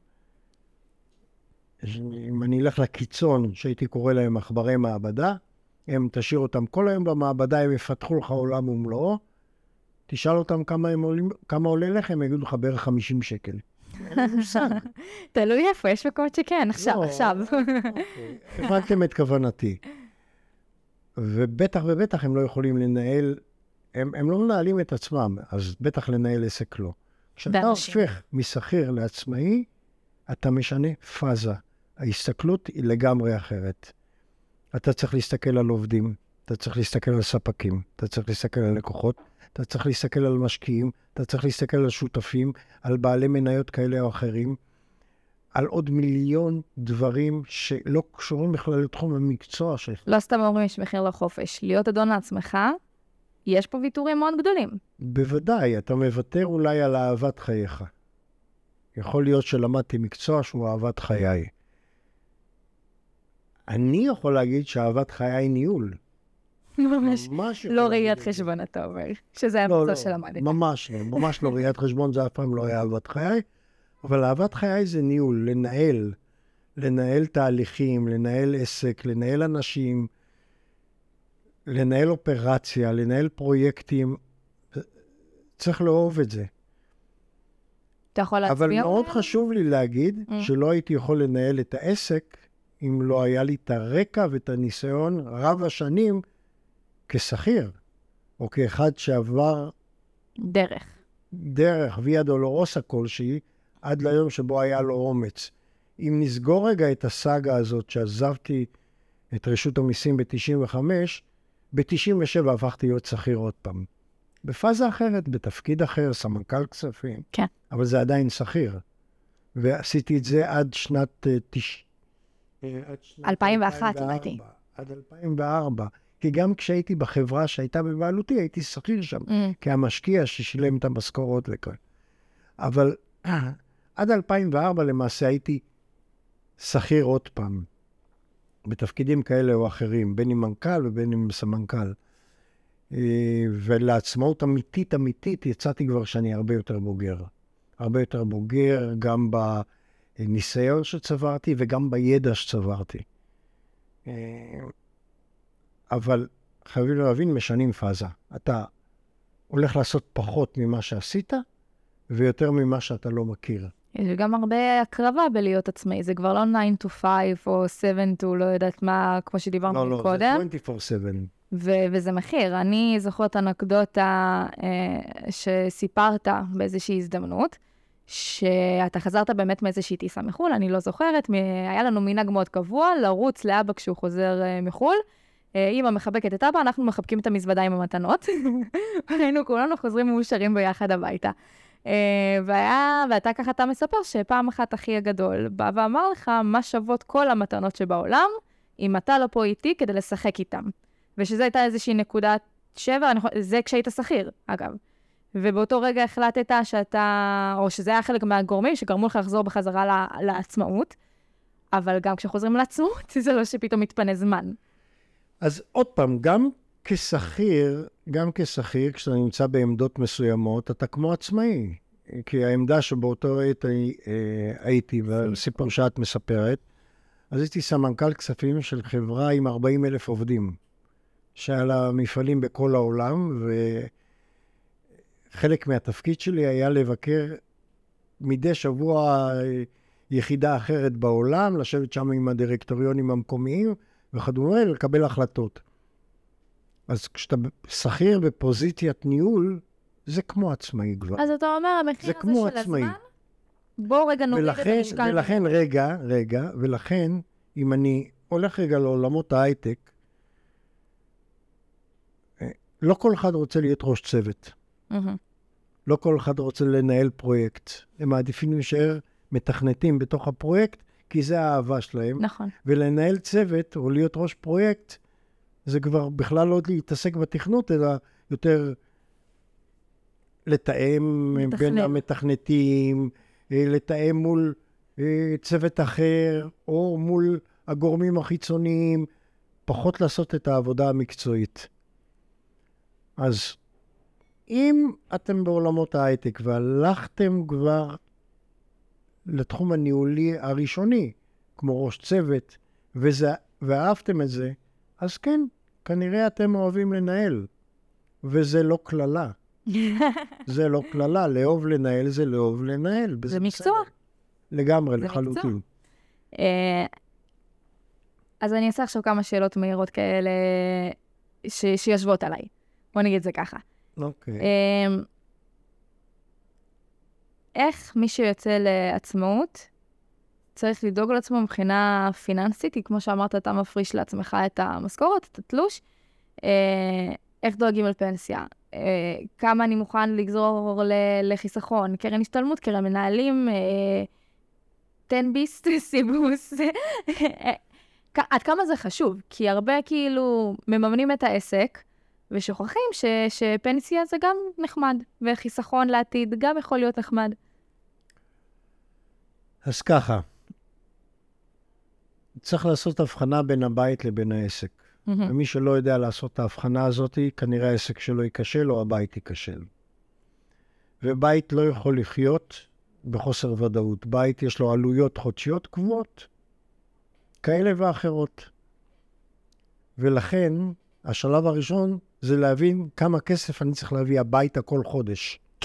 אם אני אלך לקיצון, שהייתי קורא להם מחברי מעבדה, הם תשאיר אותם כל היום במעבדה, הם יפתחו לך עולם ומלואו, תשאל אותם כמה, הם עולים, כמה עולה לך, הם יגידו לך בערך חמישים שקל. אין לי מושג. תלוי איפה, יש מקומות שכן, עכשיו, עכשיו. הבנתם את כוונתי. ובטח ובטח הם לא יכולים לנהל, הם, הם לא מנהלים את עצמם, אז בטח לנהל עסק לא. כשאתה הופך משכיר לעצמאי, אתה משנה פאזה. ההסתכלות היא לגמרי אחרת. אתה צריך להסתכל על עובדים, אתה צריך להסתכל על ספקים, אתה צריך להסתכל על לקוחות, אתה צריך להסתכל על משקיעים, אתה צריך להסתכל על שותפים, על בעלי מניות כאלה או אחרים, על עוד מיליון דברים שלא קשורים בכלל לתחום המקצוע שלך. לא סתם אומרים יש מחיר לחופש. להיות אדון לעצמך, יש פה ויתורים מאוד גדולים. בוודאי, אתה מוותר אולי על אהבת חייך. יכול להיות שלמדתי מקצוע שהוא אהבת חיי. אני יכול להגיד שאהבת חיי היא ניהול. ממש לא ראיית חשבון, אתה אומר, שזה המקצוע שלמדת. ממש לא, ממש לא ראיית חשבון, זה אף פעם לא היה אהבת חיי, אבל אהבת חיי זה ניהול, לנהל, לנהל תהליכים, לנהל עסק, לנהל אנשים, לנהל אופרציה, לנהל פרויקטים, צריך לאהוב את זה. אתה יכול להצביע? אבל מאוד חשוב לי להגיד שלא הייתי יכול לנהל את העסק אם לא היה לי את הרקע ואת הניסיון רב השנים כשכיר, או כאחד שעבר דרך. דרך ויה דולורוסה כלשהי, עד ליום שבו היה לו אומץ. אם נסגור רגע את הסאגה הזאת שעזבתי את רשות המיסים ב-תשעים וחמש, ב-תשעים ושבע הפכתי להיות שכיר עוד פעם. בפאזה אחרת, בתפקיד אחר, סמנכ"ל כספים. כן. אבל זה עדיין שכיר. ועשיתי את זה עד שנת תשעים. אלפיים ואחת, הבאתי. עד אלפיים וארבע. כי גם כשהייתי בחברה שהייתה בבעלותי, הייתי שכיר שם, mm. כהמשקיע ששילם את המשכורות לכאן. אבל עד אלפיים וארבע למעשה הייתי שכיר עוד פעם, בתפקידים כאלה או אחרים, בין עם מנכ"ל ובין עם סמנכ"ל. ולעצמאות אמיתית אמיתית יצאתי כבר שאני הרבה יותר בוגר. הרבה יותר בוגר גם בניסיון שצברתי וגם בידע שצברתי. אבל חייבים להבין, משנים פאזה. אתה הולך לעשות פחות ממה שעשית, ויותר ממה שאתה לא מכיר. יש גם הרבה הקרבה בלהיות עצמאי. זה כבר לא תשע to חמש או שבע to לא יודעת מה, כמו שדיברנו לא, קודם. לא, זה עשרים וארבע שבע. ו- וזה מחיר. אני זוכרת אנקדוטה אה, שסיפרת באיזושהי הזדמנות, שאתה חזרת באמת מאיזושהי טיסה מחול, אני לא זוכרת, מ- היה לנו מנהג מאוד קבוע, לרוץ לאבא כשהוא חוזר אה, מחול, אה, אמא מחבקת את אבא, אנחנו מחבקים את המזוודה עם המתנות, היינו כולנו חוזרים מאושרים ביחד הביתה. אה, והיה, ואתה ככה אתה מספר שפעם אחת אחי הגדול בא ואמר לך מה שוות כל המתנות שבעולם, אם אתה לא פה איתי כדי לשחק איתם. ושזו הייתה איזושהי נקודת שבר, זה כשהיית שכיר, אגב. ובאותו רגע החלטת שאתה, או שזה היה חלק מהגורמים שגרמו לך לחזור בחזרה לעצמאות, אבל גם כשחוזרים לעצמאות, זה לא שפתאום מתפנה זמן. אז עוד פעם, גם כשכיר, גם כשכיר, כשאתה נמצא בעמדות מסוימות, אתה כמו עצמאי. כי העמדה שבאותו עת הייתי, והסיפור שאת מספרת, אז הייתי סמנכ"ל כספים של חברה עם ארבעים אלף עובדים, שהיה לה מפעלים בכל העולם, וחלק מהתפקיד שלי היה לבקר מדי שבוע יחידה אחרת בעולם, לשבת שם עם הדירקטוריונים המקומיים וכדומה, לקבל החלטות. אז כשאתה שכיר בפוזיציית ניהול, זה כמו עצמאי כבר. אז אתה אומר, המחיר הזה של עצמאי. הזמן, בואו רגע נוריד ולכן, את המשקל. ולכן, רגע, רגע, ולכן, אם אני הולך רגע לעולמות ההייטק, לא כל אחד רוצה להיות ראש צוות. Mm-hmm. לא כל אחד רוצה לנהל פרויקט. הם מעדיפים להישאר מתכנתים בתוך הפרויקט, כי זה האהבה שלהם. נכון. ולנהל צוות, או להיות ראש פרויקט, זה כבר בכלל לא להתעסק בתכנות, אלא יותר לתאם מתכנן. בין המתכנתים, לתאם מול צוות אחר, או מול הגורמים החיצוניים, פחות לעשות את העבודה המקצועית. אז אם אתם בעולמות ההייטק והלכתם כבר לתחום הניהולי הראשוני, כמו ראש צוות, וזה, ואהבתם את זה, אז כן, כנראה אתם אוהבים לנהל. וזה לא כללה. זה לא כללה. לאהוב לנהל זה לאהוב לנהל. זה מקצוע. לגמרי, זה לחלוטין. מקצוע. אז אני אעשה עכשיו כמה שאלות מהירות כאלה ש... שיושבות עליי. בוא נגיד זה ככה. אוקיי. איך מי שיוצא לעצמאות צריך לדאוג לעצמו מבחינה פיננסית, כי כמו שאמרת, אתה מפריש לעצמך את המשכורת, את התלוש. איך דואגים על פנסיה? כמה אני מוכן לגזור לחיסכון? קרן השתלמות, קרן מנהלים, תן ביסט, סיבוס. עד כמה זה חשוב? כי הרבה כאילו מממנים את העסק, ושוכחים ש, שפנסיה זה גם נחמד, וחיסכון לעתיד גם יכול להיות נחמד. אז ככה, צריך לעשות הבחנה בין הבית לבין העסק. Mm-hmm. ומי שלא יודע לעשות את ההבחנה הזאת, כנראה העסק שלו ייכשל או הבית ייכשל. ובית לא יכול לחיות בחוסר ודאות. בית יש לו עלויות חודשיות קבועות, כאלה ואחרות. ולכן, השלב הראשון זה להבין כמה כסף אני צריך להביא הביתה כל חודש. כן.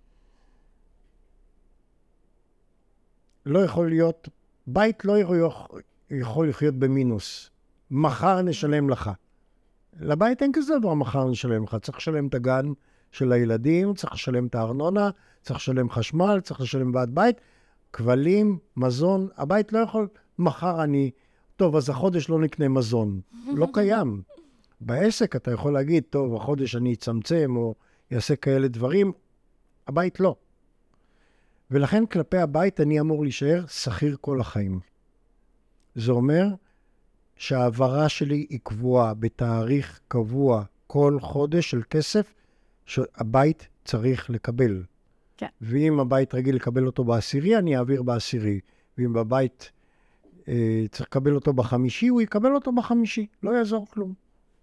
לא יכול להיות, בית לא יכול לחיות במינוס. מחר נשלם לך. לבית אין כזה דבר, מחר נשלם לך. צריך לשלם את הגן של הילדים, צריך לשלם את הארנונה, צריך לשלם חשמל, צריך לשלם ועד בית, כבלים, מזון. הבית לא יכול, מחר אני, טוב, אז החודש לא נקנה מזון. לא קיים. בעסק אתה יכול להגיד, טוב, החודש אני אצמצם או יעשה כאלה דברים. הבית לא. ולכן כלפי הבית אני אמור להישאר שכיר כל החיים. זה אומר שהעברה שלי היא קבועה בתאריך קבוע כל חודש של כסף שהבית צריך לקבל. כן. ואם הבית רגיל לקבל אותו בעשירי, אני אעביר בעשירי. ואם בבית אה, צריך לקבל אותו בחמישי, הוא יקבל אותו בחמישי. לא יעזור כלום.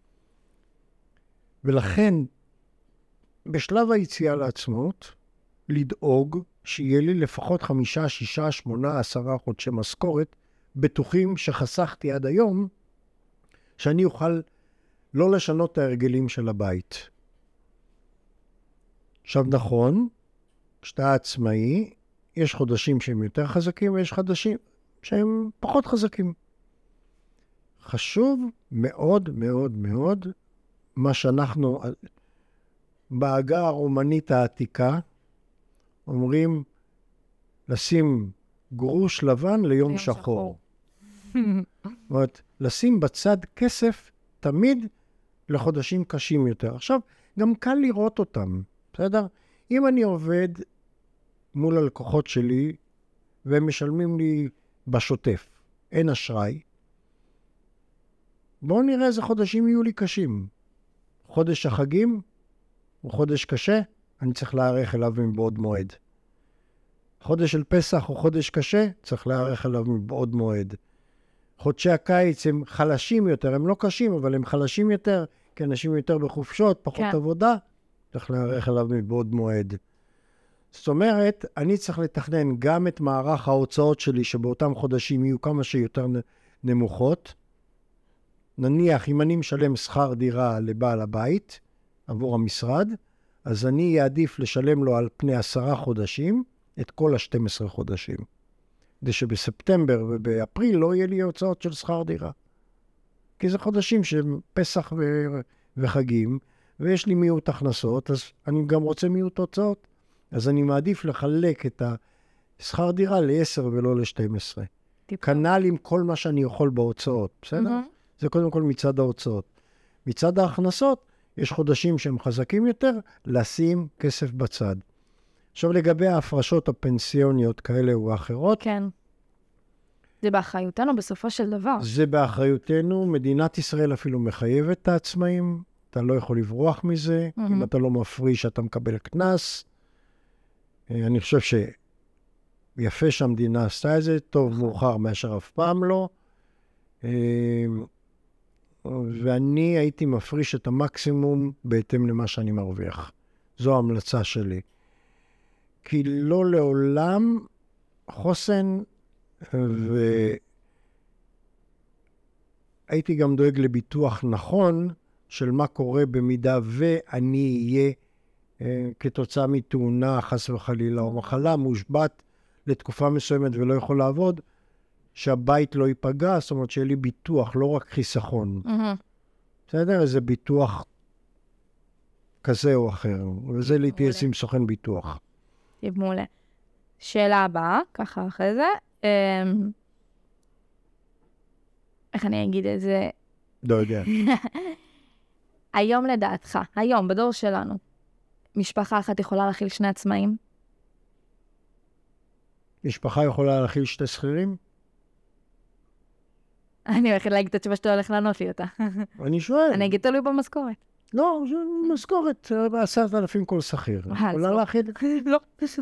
ולכן, בשלב היציאה לעצמאות, לדאוג שיהיה לי לפחות חמישה, שישה, שמונה, עשרה חודשי משכורת, בטוחים שחסכתי עד היום, שאני אוכל לא לשנות את ההרגלים של הבית. עכשיו נכון, כשאתה עצמאי, יש חודשים שהם יותר חזקים, ויש חודשים שהם פחות חזקים. חשוב מאוד מאוד מאוד, מה שאנחנו, בעגה הרומנית העתיקה, אומרים, לשים גרוש לבן ליום שחור. זאת אומרת, לשים בצד כסף תמיד לחודשים קשים יותר. עכשיו, גם קל לראות אותם, בסדר? אם אני עובד מול הלקוחות שלי, והם משלמים לי בשוטף, אין אשראי, בואו נראה איזה חודשים יהיו לי קשים. חודש החגים הוא חודש קשה, אני צריך להערך אליו מבעוד מועד. חודש של פסח הוא חודש קשה, צריך להערך אליו מבעוד מועד. חודשי הקיץ הם חלשים יותר, הם לא קשים, אבל הם חלשים יותר, כי אנשים יותר בחופשות, פחות כן. עבודה, צריך להיערך אליו מבעוד מועד. זאת אומרת, אני צריך לתכנן גם את מערך ההוצאות שלי, שבאותם חודשים יהיו כמה שיותר נמוכות. נניח, אם אני משלם שכר דירה לבעל הבית, עבור המשרד, אז אני אעדיף לשלם לו על פני עשרה חודשים, את כל ה-שנים עשר חודשים. כדי שבספטמבר ובאפריל לא יהיה לי הוצאות של שכר דירה. כי זה חודשים שהם פסח ו- וחגים, ויש לי מיעוט הכנסות, אז אני גם רוצה מיעוט הוצאות. אז אני מעדיף לחלק את השכר דירה ל-עשר ולא ל-שתים עשרה. כנ"ל עם כל מה שאני יכול בהוצאות, בסדר? Mm-hmm. זה קודם כל מצד ההוצאות. מצד ההכנסות, יש חודשים שהם חזקים יותר, לשים כסף בצד. עכשיו לגבי ההפרשות הפנסיוניות כאלה או אחרות. כן. זה באחריותנו בסופו של דבר. זה באחריותנו. מדינת ישראל אפילו מחייבת את העצמאים. אתה לא יכול לברוח מזה. Mm-hmm. אם אתה לא מפריש, אתה מקבל כנס. אני חושב שיפה שהמדינה עשתה את זה. טוב מאוחר מאשר אף פעם לא. ואני הייתי מפריש את המקסימום בהתאם למה שאני מרוויח. זו ההמלצה שלי. כי לא לעולם חוסן, והייתי גם דואג לביטוח נכון של מה קורה במידה ואני אהיה אה, כתוצאה מתאונה, חס וחלילה, או מחלה, מושבת לתקופה מסוימת ולא יכול לעבוד, שהבית לא ייפגע, זאת אומרת שיהיה לי ביטוח, לא רק חיסכון. Mm-hmm. בסדר? איזה ביטוח כזה או אחר, וזה להתייעץ עם סוכן ביטוח. מעולה. שאלה הבאה, ככה אחרי זה. איך אני אגיד את זה? לא יודע. היום לדעתך, היום, בדור שלנו, משפחה אחת יכולה להכיל שני עצמאים? משפחה יכולה להכיל שתי שכירים? אני הולכת להגיד את התשובה שאתה הולך לענות לי אותה. אני שואל. אני אגיד תלוי במשכורת. לא, זה משכורת, עשרת אלפים כל שכיר. יכולה להכיל? לא.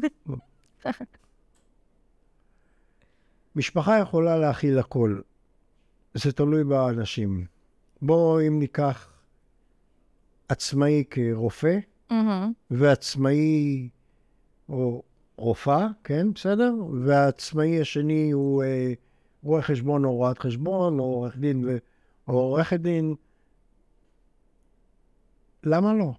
משפחה יכולה להכיל הכל. זה תלוי באנשים. בואו אם ניקח עצמאי כרופא, ועצמאי או רופאה, כן, בסדר? והעצמאי השני הוא רואה חשבון או רואת חשבון, או עורך דין או עורכת דין. למה לא?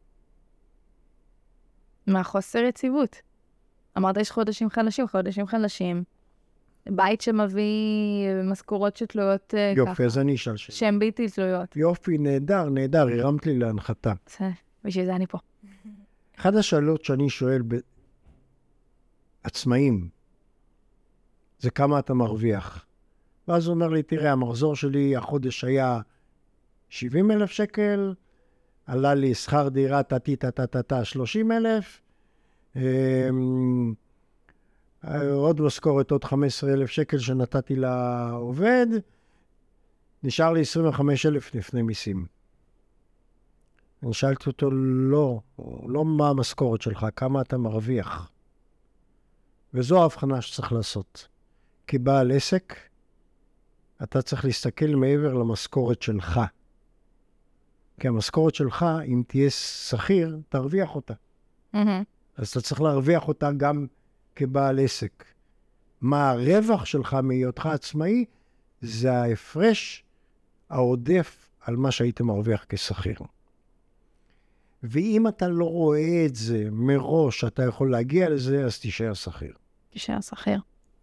מהחוסר יציבות. אמרת יש חודשים חלשים, חודשים חלשים. בית שמביא משכורות שתלויות ככה. יופי, אז אני אשאל שאלה. שהן בלתי תלויות. יופי, נהדר, נהדר, הרמת לי להנחתה. בשביל זה אני פה. אחד השאלות שאני שואל בעצמאים, זה כמה אתה מרוויח. ואז הוא אומר לי, תראה, המחזור שלי החודש היה שבעים אלף שקל, עלה לי שכר דירה, תתי, תתה, תתה, שלושים אלף, עוד משכורת, עוד חמישה עשר אלף שקל שנתתי לעובד, נשאר לי עשרים וחמישה אלף לפני מיסים. אני שאלתי אותו, לא, לא מה המשכורת שלך, כמה אתה מרוויח. וזו ההבחנה שצריך לעשות. כבעל עסק, אתה צריך להסתכל מעבר למשכורת שלך. כי המשכורת שלך, אם תהיה שכיר, תרוויח אותה. Mm-hmm. אז אתה צריך להרוויח אותה גם כבעל עסק. מה הרווח שלך מהיותך עצמאי? זה ההפרש העודף על מה שהיית מרוויח כשכיר. ואם אתה לא רואה את זה מראש, אתה יכול להגיע לזה, אז תישאר שכיר. תישאר שכיר.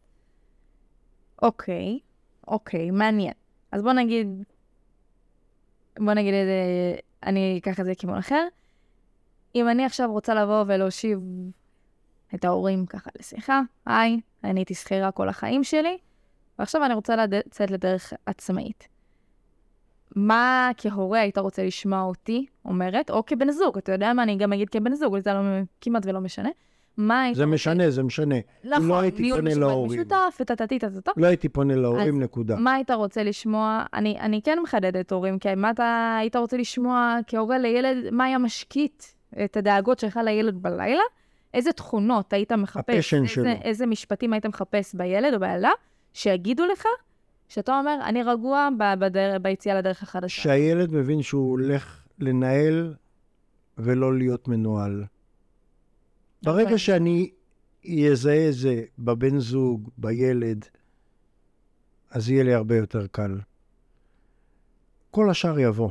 אוקיי, אוקיי, מעניין. אז בוא נגיד, בוא נגיד את זה, אני אקח את זה כיוון אחר. אם אני עכשיו רוצה לבוא ולהושיב את ההורים ככה לשיחה, היי, אני הייתי שכירה כל החיים שלי, ועכשיו אני רוצה לצאת לדרך עצמאית. מה כהורה היית רוצה לשמוע אותי אומרת, או כבן זוג, אתה יודע מה, אני גם אגיד כבן זוג, זה לא, כמעט ולא משנה. זה משנה, זה משנה. נכון, לא הייתי פונה להורים. משותף, ותתתית, תתתית. לא הייתי פונה להורים, נקודה. מה היית רוצה לשמוע? אני, אני כן מחדדת הורים, כי מה אתה היית רוצה לשמוע כהורה לילד, מה היה משקיט את הדאגות שלך לילד בלילה? איזה תכונות היית מחפש? הפשן שלו. איזה, איזה משפטים היית מחפש בילד או בילדה, שיגידו לך שאתה אומר, אני רגוע ב- בדר... ביציאה לדרך החדשה. שהילד מבין שהוא הולך לנהל ולא להיות מנוהל. ברגע שאני יזהה את זה בבן זוג, בילד, אז יהיה לי הרבה יותר קל. כל השאר יבוא.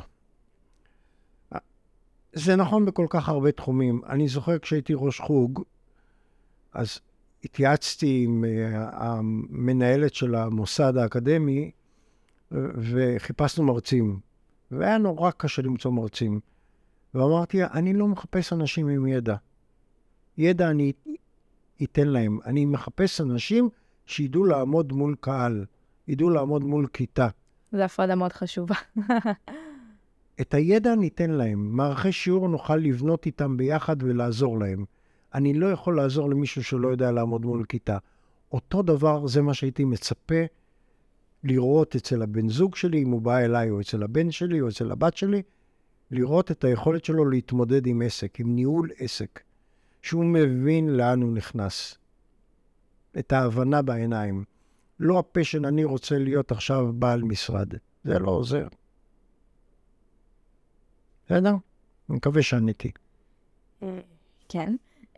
זה נכון בכל כך הרבה תחומים. אני זוכר כשהייתי ראש חוג, אז התייעצתי עם המנהלת של המוסד האקדמי, וחיפשנו מרצים. והיה נורא קשה למצוא מרצים. ואמרתי, אני לא מחפש אנשים עם ידע. ידע אני אתן להם. אני מחפש אנשים שידעו לעמוד מול קהל, ידעו לעמוד מול כיתה. זו הפרדה מאוד חשובה. את הידע ניתן להם. מערכי שיעור נוכל לבנות איתם ביחד ולעזור להם. אני לא יכול לעזור למישהו שלא יודע לעמוד מול כיתה. אותו דבר, זה מה שהייתי מצפה לראות אצל הבן זוג שלי, אם הוא בא אליי, או אצל הבן שלי, או אצל הבת שלי, לראות את היכולת שלו להתמודד עם עסק, עם ניהול עסק, שהוא מבין לאן הוא נכנס. את ההבנה בעיניים. לא הפשן, אני רוצה להיות עכשיו בעל משרד. זה לא עוזר. בסדר? אני מקווה שעניתי. כן.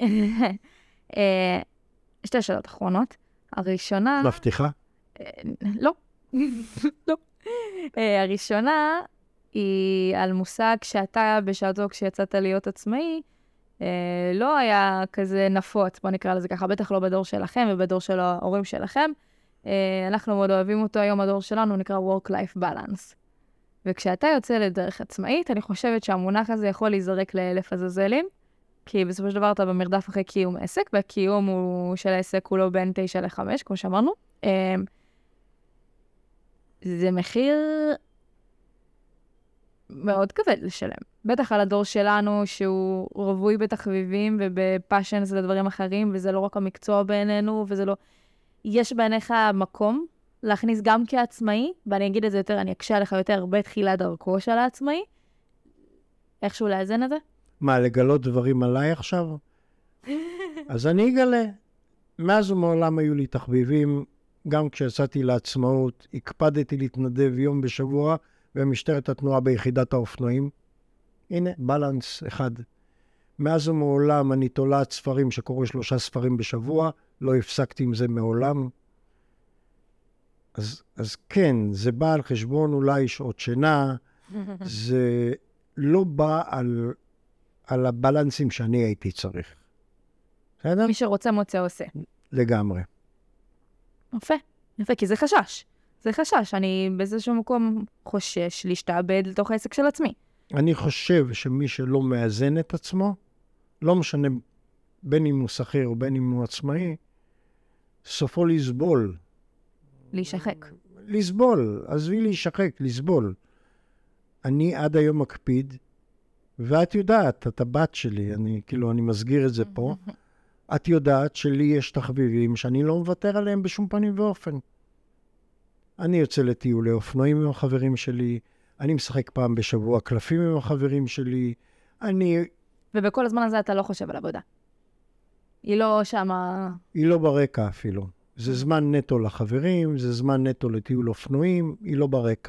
שתי שאלות אחרונות. הראשונה... מבטיחה? לא. לא. הראשונה היא על מושג שאתה בשעתו כשיצאת להיות עצמאי, לא היה כזה נפוץ, בוא נקרא לזה ככה, בטח לא בדור שלכם ובדור של ההורים שלכם. אנחנו מאוד אוהבים אותו היום, הדור שלנו נקרא Work-Life Balance. וכשאתה יוצא לדרך עצמאית, אני חושבת שהמונח הזה יכול להיזרק לאלף עזאזלים, כי בסופו של דבר אתה במרדף אחרי קיום עסק, והקיום הוא, של העסק הוא לא בין תשע לחמש, כמו שאמרנו. זה מחיר מאוד כבד לשלם. בטח על הדור שלנו, שהוא רווי בתחביבים ובפאשנס לדברים אחרים, וזה לא רק המקצוע בעינינו, וזה לא... יש בעיניך מקום להכניס גם כעצמאי, ואני אגיד את זה יותר, אני אקשה לך יותר בתחילת דרכו של העצמאי, איכשהו לאזן את זה? מה, לגלות דברים עליי עכשיו? אז אני אגלה. מאז ומעולם היו לי תחביבים, גם כשיצאתי לעצמאות, הקפדתי להתנדב יום בשבוע, במשטרת התנועה ביחידת האופנועים. הנה, בלנס אחד. מאז ומעולם אני תולעת ספרים שקורא שלושה ספרים בשבוע, לא הפסקתי עם זה מעולם. אז, אז כן, זה בא על חשבון אולי שעות שינה, זה לא בא על, על הבלנסים שאני הייתי צריך. בסדר? מי שרוצה מוצא עושה. לגמרי. יפה, יפה, כי זה חשש. זה חשש, אני באיזשהו מקום חושש להשתעבד לתוך העסק של עצמי. אני חושב שמי שלא מאזן את עצמו, לא משנה בין אם הוא שכיר או בין אם הוא עצמאי, סופו לסבול. להישחק. לסבול, עזבי להישחק, לסבול. אני עד היום מקפיד, ואת יודעת, את הבת שלי, אני כאילו, אני מסגיר את זה פה, את יודעת שלי יש תחביבים שאני לא מוותר עליהם בשום פנים ואופן. אני יוצא לטיולי אופנועים עם החברים שלי, אני משחק פעם בשבוע קלפים עם החברים שלי, אני... ובכל הזמן הזה אתה לא חושב על עבודה. היא לא שמה... היא לא ברקע אפילו. זה זמן נטו לחברים, זה זמן נטו לטיול אופנועים, היא לא ברקע.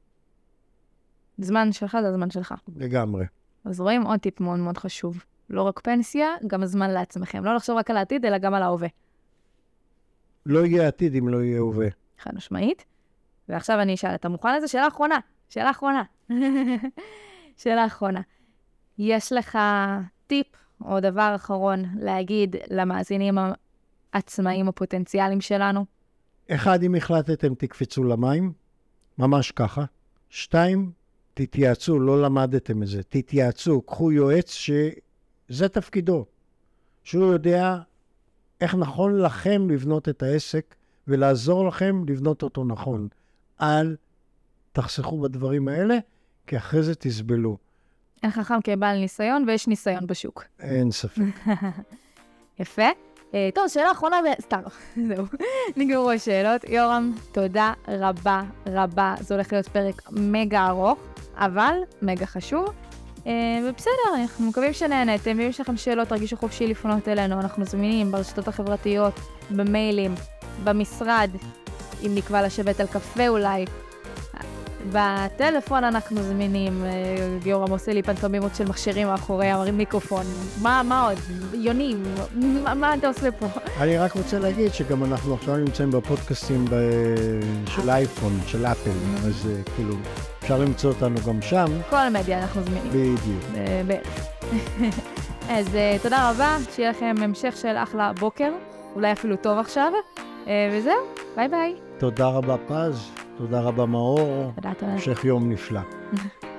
זמן שלך זה הזמן שלך. לגמרי. אז רואים עוד טיפ מאוד מאוד חשוב. לא רק פנסיה, גם הזמן לעצמכם. לא לחשוב רק על העתיד, אלא גם על ההווה. לא יהיה עתיד אם לא יהיה הווה. חד משמעית. ועכשיו אני אשאל, אתה מוכן לזה? שאלה אחרונה. שאלה אחרונה. שאלה אחרונה. יש לך טיפ או דבר אחרון להגיד למאזינים העצמאיים הפוטנציאליים שלנו? אחד, אם החלטתם תקפצו למים, ממש ככה. שתיים, תתייעצו, לא למדתם את זה. תתייעצו, קחו יועץ שזה תפקידו. שהוא יודע איך נכון לכם לבנות את העסק ולעזור לכם לבנות אותו נכון. אל תחסכו בדברים האלה, כי אחרי זה תסבלו. אין חכם כבעל ניסיון, ויש ניסיון בשוק. אין ספק. יפה. טוב, שאלה אחרונה, סתם, זהו. נגמרו השאלות. יורם, תודה רבה רבה. זה הולך להיות פרק מגה ארוך, אבל מגה חשוב. ובסדר, אנחנו מקווים שנהנתם. ואם יש לכם שאלות, תרגישו חופשי לפנות אלינו. אנחנו זמינים ברשתות החברתיות, במיילים, במשרד. אם נקבע לשבת על קפה אולי. בטלפון אנחנו זמינים, יורם עושה לי פנטומימות של מכשירים מאחורי המרים מיקרופון. מה, מה עוד? יוני, מה, מה אתה עושה פה? אני רק רוצה להגיד שגם אנחנו עכשיו נמצאים בפודקאסטים ב- של אייפון, של אפל, אז אה, כאילו, אפשר למצוא אותנו גם שם. כל מדיה אנחנו זמינים. בדיוק. אה, בערך. אז אה, תודה רבה, שיהיה לכם המשך של אחלה בוקר, אולי אפילו טוב עכשיו, אה, וזהו, ביי ביי. תודה רבה פז, תודה רבה מאור, תודה, תודה. המשך יום נפלא.